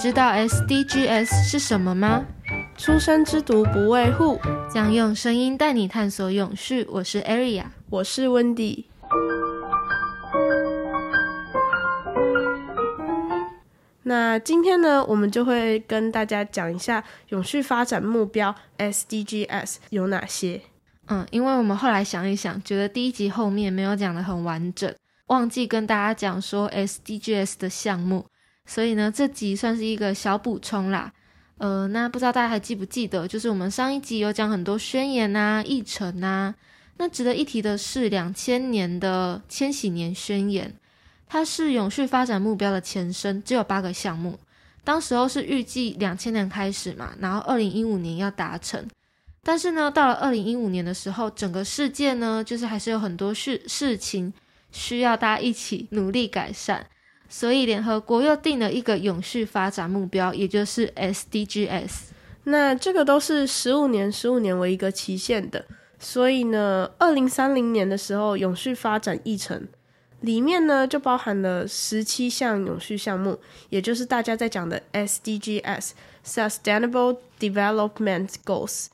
知道 SDGs 是什么吗？ 出生之犊不畏虎， 将用声音带你探索永续。我是 Aria， 我是 Wendy。那今天呢，我们就会跟大家讲一下永续发展目标 SDGs 有哪些。 因为我们后来想一想，觉得第一集后面没有讲得很完整，忘记跟大家讲说 SDGs 的项目，所以呢，这集算是一个小补充啦。那不知道大家还记不记得，就是我们上一集有讲很多宣言啊、议程啊。那值得一提的是2000年的千禧年宣言，它是永续发展目标的前身，只有8个项目。当时候是预计2000年开始嘛，然后2015年要达成。但是呢，到了2015年的时候，整个世界呢，就是还是有很多事情需要大家一起努力改善，所以联合国又定了一个永续发展目标，也就是 SDGs。 那这个都是15年为一个期限的，所以呢2030年的时候，永续发展议程里面呢就包含了17项永续项目，也就是大家在讲的 SDGs Sustainable Development Goals。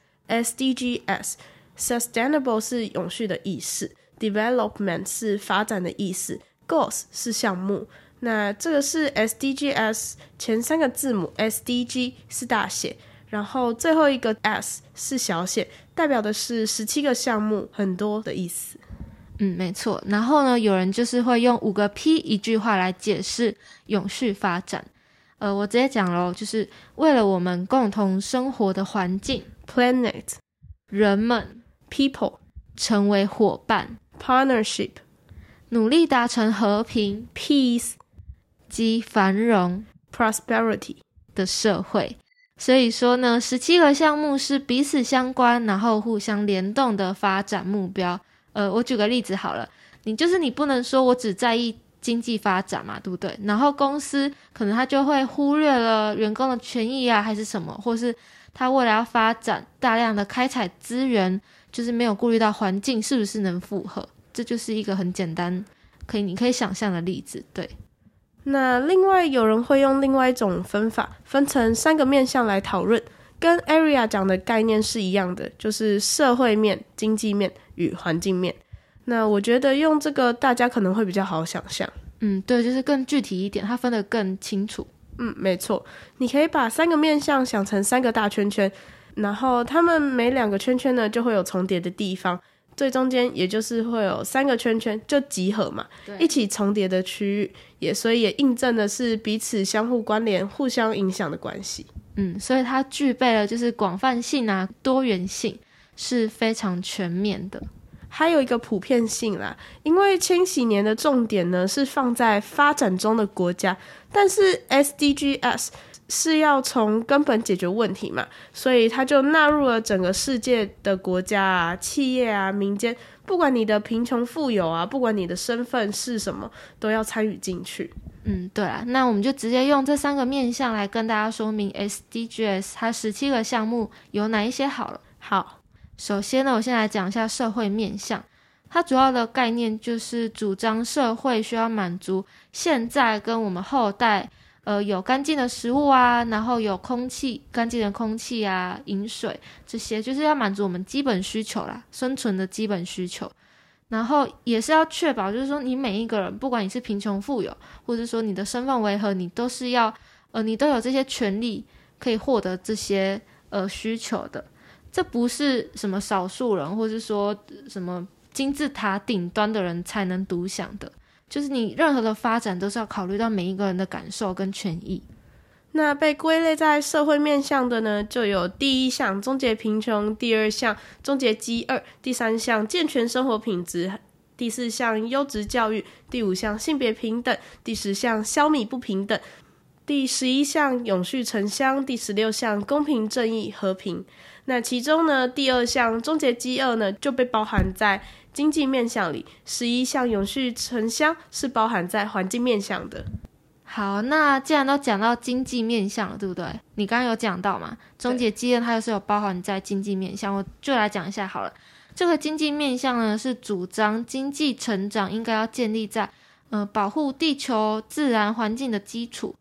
SDGs Sustainable 是永续的意思， Development 是发展的意思， Goals 是项目。那这个是 SDGs 前3个字母 SDG 是大写，然后最后一个 S 是小写，代表的是17个项目，很多的意思。 没错。然后呢，有人就是会用5个 P 一句话来解释永续发展。我直接讲咯，就是为了我们共同生活的环境 Planet， 人们 People， 成为伙伴 Partnership， 努力达成和平 Peace， 及繁荣 Prosperity 的社会。所以说呢，17个项目是彼此相关，然后互相联动的发展目标。我举个例子好了，你不能说我只在意经济发展嘛，对不对？然后公司可能他就会忽略了员工的权益啊，还是什么，或是他为了要发展大量的开采资源，就是没有顾虑到环境是不是能符合。这就是一个很简单你可以想象的例子。对， 那另外有人会用另外一种分法，分成3个面向来讨论，跟 Aria 讲的概念是一样的，就是社会面、经济面与环境面。那我觉得用这个大家可能会比较好想象。 对，就是更具体一点，它分得更清楚。 没错，你可以把3个面向想成3个大圈圈，然后它们每2个圈圈呢就会有重叠的地方，最中间也就是会有3个圈圈就集合嘛，一起重叠的区域，所以也印证的是彼此相互关联、互相影响的关系。 所以它具备了就是广泛性啊、多元性，是非常全面的。 还有一个普遍性啦，因为千禧年的重点呢是放在发展中的国家，但是 SDGs 是要从根本解决问题嘛，所以它就纳入了整个世界的国家啊、企业啊、民间，不管你的贫穷富有啊，不管你的身份是什么，都要参与进去。 对啊，那我们就直接用这3个面向来跟大家说明 SDGs 它17个项目有哪一些好了。 好， 首先呢，我先来讲一下社会面向。它主要的概念就是主张社会需要满足现在跟我们后代有干净的食物啊，然后有干净的空气啊、饮水，这些就是要满足我们基本需求啦，生存的基本需求。然后也是要确保就是说你每一个人，不管你是贫穷富有，或者说你的身份为何，你都是要你都有这些权利可以获得这些需求的。这不是什么少数人，或是说什么金字塔顶端的人才能独享的，就是你任何的发展都是要考虑到每一个人的感受跟权益。 那被归类在社会面向的呢，就有第1项终结贫穷，第2项终结饥饿，第3项健全生活品质，第4项优质教育，第5项性别平等，第10项消弭不平等，第11项永续城乡，第16项公平正义和平。那其中呢，第2项终结饥饿呢就被包含在经济面向里，11项永续城乡是包含在环境面向的。 好，那既然都讲到经济面向了，对不对？你刚刚有讲到嘛，终结饥饿它就是有包含在经济面向，我就来讲一下好了。这个经济面向呢，是主张经济成长应该要建立在保护地球自然环境的基础，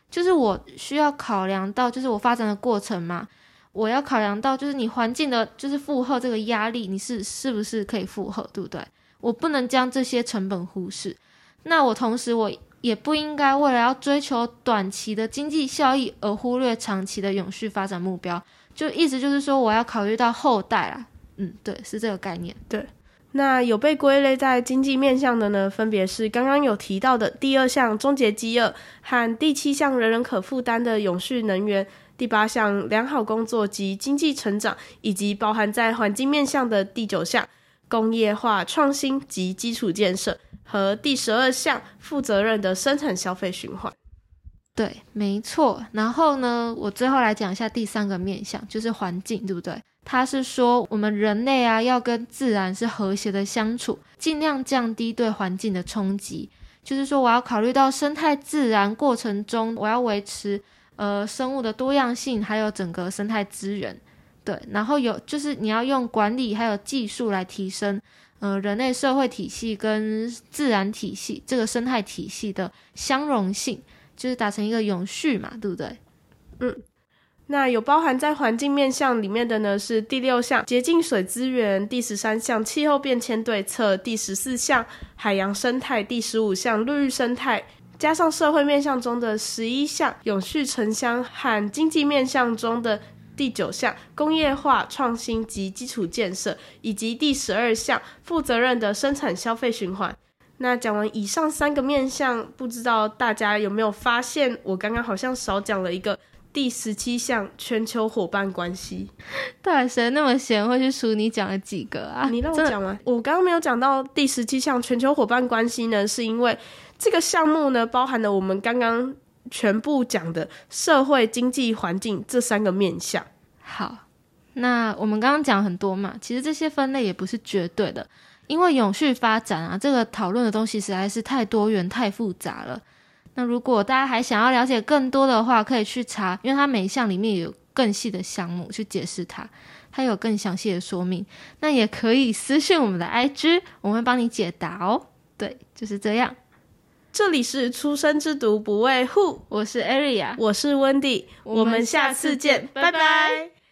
就是我需要考量到就是我发展的过程嘛，我要考量到就是你环境的就是负荷这个压力，你是不是可以负荷，对不对？我不能将这些成本忽视。那我同时我也不应该为了要追求短期的经济效益而忽略长期的永续发展目标，就意思就是说我要考虑到后代啦。对，是这个概念。 对，那有被归类在经济面向的呢，分别是刚刚有提到的第2项终结饥饿和第7项人人可负担的永续能源，第8项良好工作及经济成长，以及包含在环境面向的第9项工业化创新及基础建设，和第12项负责任的生产消费循环。 对，没错。然后呢，我最后来讲一下第3个面向，就是环境，对不对？它是说我们人类啊要跟自然是和谐的相处，尽量降低对环境的冲击。就是说我要考虑到生态自然过程中，我要维持生物的多样性，还有整个生态资源。对，然后就是你要用管理还有技术来提升人类社会体系跟自然体系这个生态体系的相容性，就是达成一个永续嘛，对不对？ 那有包含在环境面向里面的呢，是第6项洁净水资源，第13项气候变迁对策，第14项海洋生态，第15项陆域生态，加上社会面向中的11项永续城乡，和经济面向中的第9项工业化创新及基础建设，以及第12项负责任的生产消费循环。那讲完以上3个面向，不知道大家有没有发现我刚刚好像少讲了一个第17项全球伙伴关系。 到底谁那么闲会去数你讲了几个啊？ 你让我讲完。我刚刚没有讲到第17项全球伙伴关系呢，是因为这个项目呢包含了我们刚刚全部讲的社会经济环境这3个面向。 好，那我们刚刚讲很多嘛，其实这些分类也不是绝对的，因为永续发展啊这个讨论的东西实在是太多元太复杂了。那如果大家还想要了解更多的话，可以去查，因为它每一项里面有更细的项目去解释它有更详细的说明。那也可以私讯我们的 IG， 我们会帮你解答哦。对，就是这样。 这里是出生之毒不畏户， 我是 Aria， 我是 Wendy， 我们下次见，拜拜。